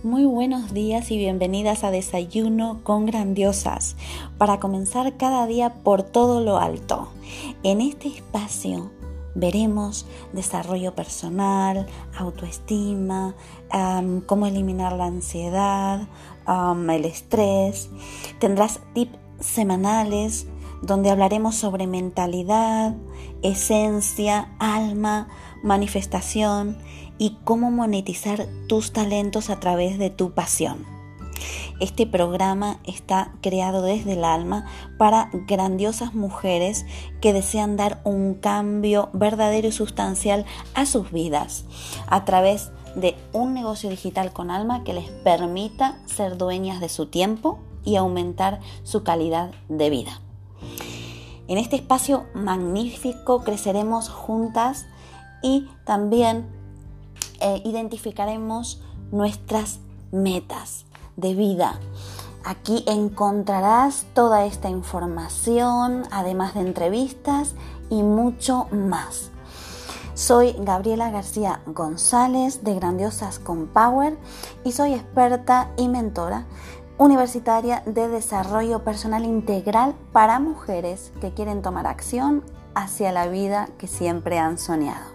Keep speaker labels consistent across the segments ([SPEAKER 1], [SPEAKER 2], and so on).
[SPEAKER 1] Muy buenos días y bienvenidas a Desayuno con Grandiosas, para comenzar cada día por todo lo alto. En este espacio veremos desarrollo personal, autoestima, cómo eliminar la ansiedad, el estrés. Tendrás tips semanales donde hablaremos sobre mentalidad, esencia, alma, manifestación y cómo monetizar tus talentos a través de tu pasión. Este programa está creado desde el alma para grandiosas mujeres que desean dar un cambio verdadero y sustancial a sus vidas a través de un negocio digital con alma que les permita ser dueñas de su tiempo y aumentar su calidad de vida. En este espacio magnífico creceremos juntas y también identificaremos nuestras metas de vida. Aquí encontrarás toda esta información, además de entrevistas y mucho más. Soy Gabriela García González de Grandiosas con Power y soy experta y mentora universitaria de desarrollo personal integral para mujeres que quieren tomar acción hacia la vida que siempre han soñado.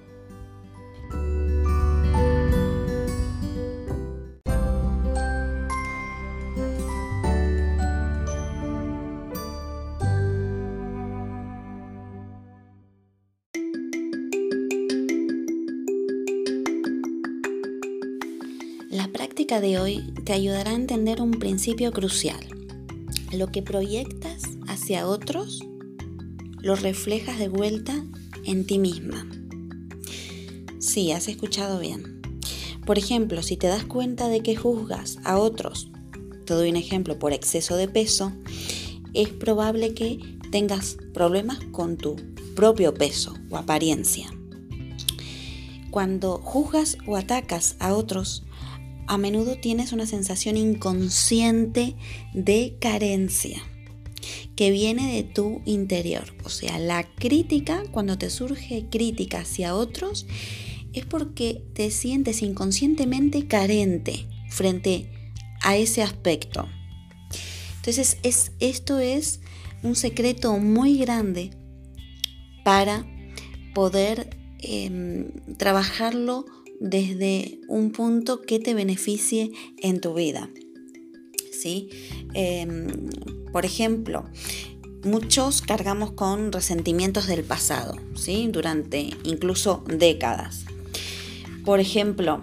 [SPEAKER 1] La práctica de hoy te ayudará a entender un principio crucial. Lo que proyectas hacia otros, lo reflejas de vuelta en ti misma. Sí, has escuchado bien. Por ejemplo, si te das cuenta de que juzgas a otros, te doy un ejemplo, por exceso de peso, es probable que tengas problemas con tu propio peso o apariencia. Cuando juzgas o atacas a otros, a menudo tienes una sensación inconsciente de carencia que viene de tu interior. O sea, la crítica, cuando te surge crítica hacia otros, es porque te sientes inconscientemente carente frente a ese aspecto. Entonces, esto es un secreto muy grande para poder trabajarlo desde un punto que te beneficie en tu vida, ¿sí? Por ejemplo, muchos cargamos con resentimientos del pasado, ¿sí? Durante incluso décadas. Por ejemplo,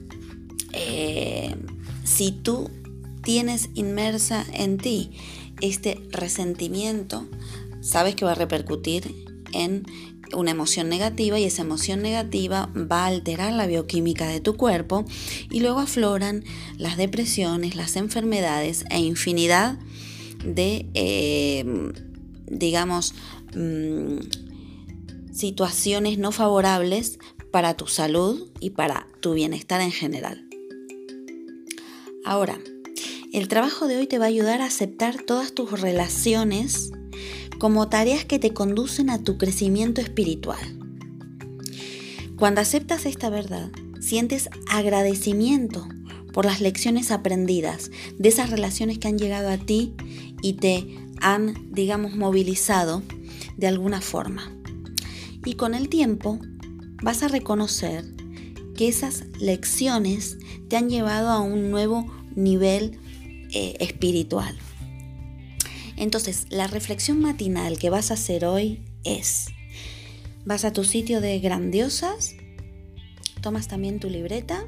[SPEAKER 1] si tú tienes inmersa en ti este resentimiento, sabes que va a repercutir en una emoción negativa y esa emoción negativa va a alterar la bioquímica de tu cuerpo y luego afloran las depresiones, las enfermedades e infinidad de, situaciones no favorables para tu salud y para tu bienestar en general. Ahora, el trabajo de hoy te va a ayudar a aceptar todas tus relaciones como tareas que te conducen a tu crecimiento espiritual. Cuando aceptas esta verdad, sientes agradecimiento por las lecciones aprendidas de esas relaciones que han llegado a ti y te han, movilizado de alguna forma. Y con el tiempo vas a reconocer que esas lecciones te han llevado a un nuevo nivel espiritual. Entonces, la reflexión matinal que vas a hacer hoy es: vas a tu sitio de Grandiosas, tomas también tu libreta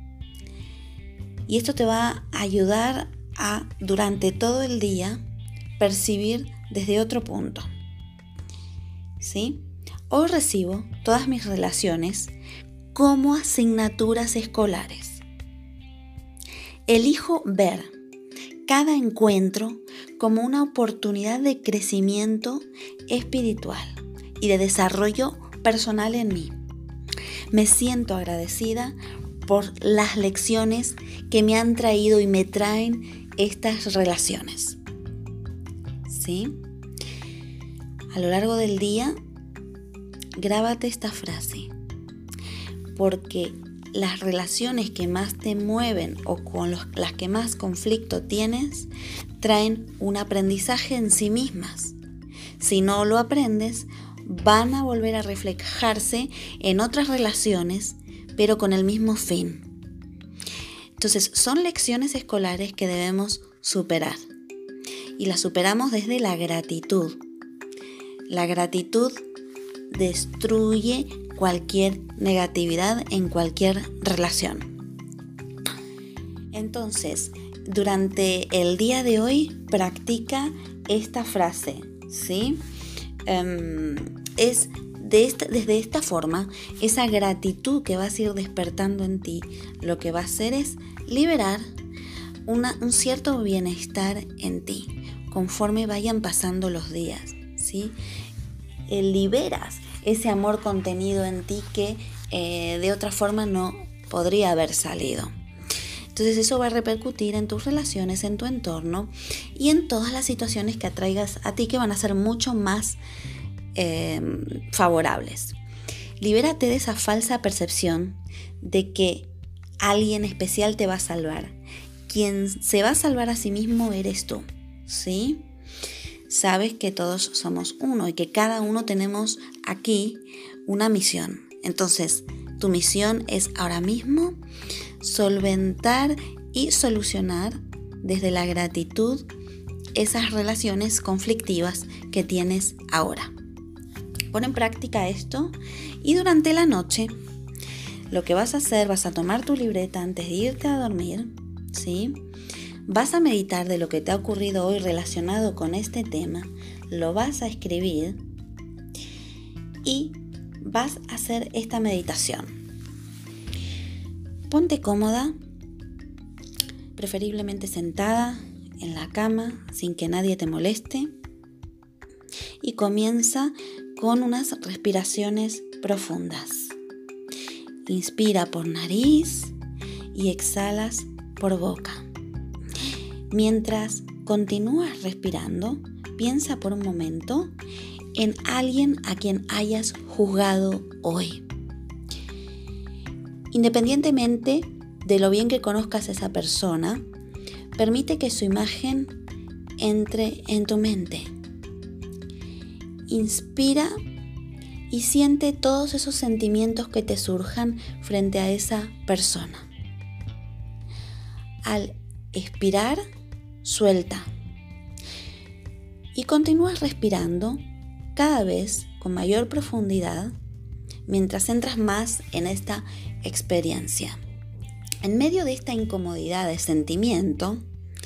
[SPEAKER 1] y esto te va a ayudar a, durante todo el día, percibir desde otro punto, ¿sí? Hoy recibo todas mis relaciones como asignaturas escolares. Elijo ver cada encuentro como una oportunidad de crecimiento espiritual y de desarrollo personal en mí. Me siento agradecida por las lecciones que me han traído y me traen estas relaciones. ¿Sí? A lo largo del día, grábate esta frase, porque las relaciones que más te mueven o con las que más conflicto tienes traen un aprendizaje en sí mismas. Si no lo aprendes, van a volver a reflejarse en otras relaciones, pero con el mismo fin. Entonces, son lecciones escolares que debemos superar. Y las superamos desde la gratitud. La gratitud destruye cualquier negatividad en cualquier relación. Entonces, durante el día de hoy, practica esta frase, ¿sí? Desde esta forma, esa gratitud que vas a ir despertando en ti, lo que va a hacer es liberar un cierto bienestar en ti, conforme vayan pasando los días, ¿sí? Liberas ese amor contenido en ti que de otra forma no podría haber salido. Entonces eso va a repercutir en tus relaciones, en tu entorno y en todas las situaciones que atraigas a ti, que van a ser mucho más favorables. Libérate de esa falsa percepción de que alguien especial te va a salvar. Quien se va a salvar a sí mismo eres tú, ¿sí? Sabes que todos somos uno y que cada uno tenemos aquí una misión. Entonces, tu misión es ahora mismo solventar y solucionar desde la gratitud esas relaciones conflictivas que tienes ahora. Pon en práctica esto y durante la noche lo que vas a hacer, vas a tomar tu libreta antes de irte a dormir, ¿sí? Vas a meditar de lo que te ha ocurrido hoy relacionado con este tema, lo vas a escribir y vas a hacer esta meditación. Ponte cómoda, preferiblemente sentada en la cama sin que nadie te moleste, y comienza con unas respiraciones profundas. Inspira por nariz y exhalas por boca. Mientras continúas respirando, piensa por un momento en alguien a quien hayas juzgado hoy. Independientemente de lo bien que conozcas a esa persona, permite que su imagen entre en tu mente. Inspira y siente todos esos sentimientos que te surjan frente a esa persona. Al expirar, suelta y continúas respirando cada vez con mayor profundidad mientras entras más en esta experiencia. En medio de esta incomodidad de sentimiento,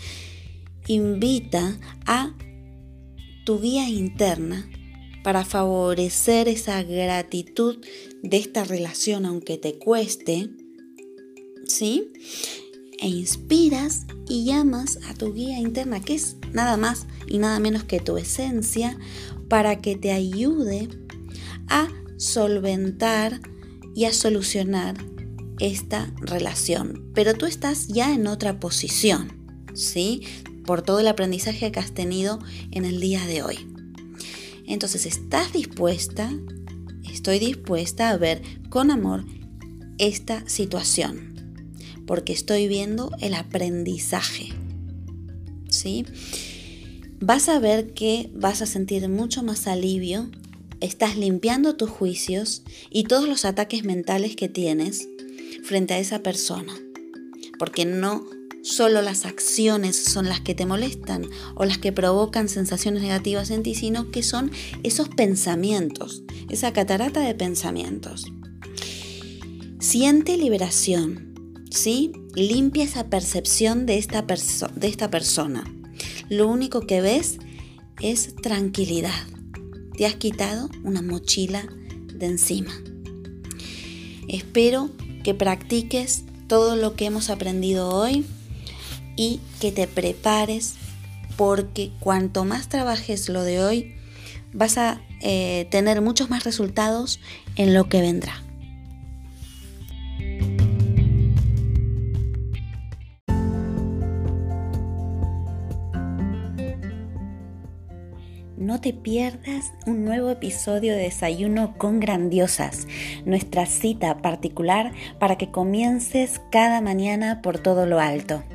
[SPEAKER 1] invita a tu guía interna para favorecer esa gratitud de esta relación, aunque te cueste, ¿sí? E inspiras y llamas a tu guía interna, que es nada más y nada menos que tu esencia, para que te ayude a solventar y a solucionar esta relación. Pero tú estás ya en otra posición, ¿sí? Por todo el aprendizaje que has tenido en el día de hoy. Entonces, estoy dispuesta a ver con amor esta situación, porque estoy viendo el aprendizaje, ¿sí? Vas a ver que vas a sentir mucho más alivio, estás limpiando tus juicios y todos los ataques mentales que tienes frente a esa persona, porque no solo las acciones son las que te molestan o las que provocan sensaciones negativas en ti, sino que son esos pensamientos, esa catarata de pensamientos. Siente liberación, ¿sí? Limpia esa percepción de esta persona. Lo único que ves es tranquilidad. Te has quitado una mochila de encima. Espero que practiques todo lo que hemos aprendido hoy y que te prepares, porque cuanto más trabajes lo de hoy, vas a tener muchos más resultados en lo que vendrá. No te pierdas un nuevo episodio de Desayuno con Grandiosas, nuestra cita particular para que comiences cada mañana por todo lo alto.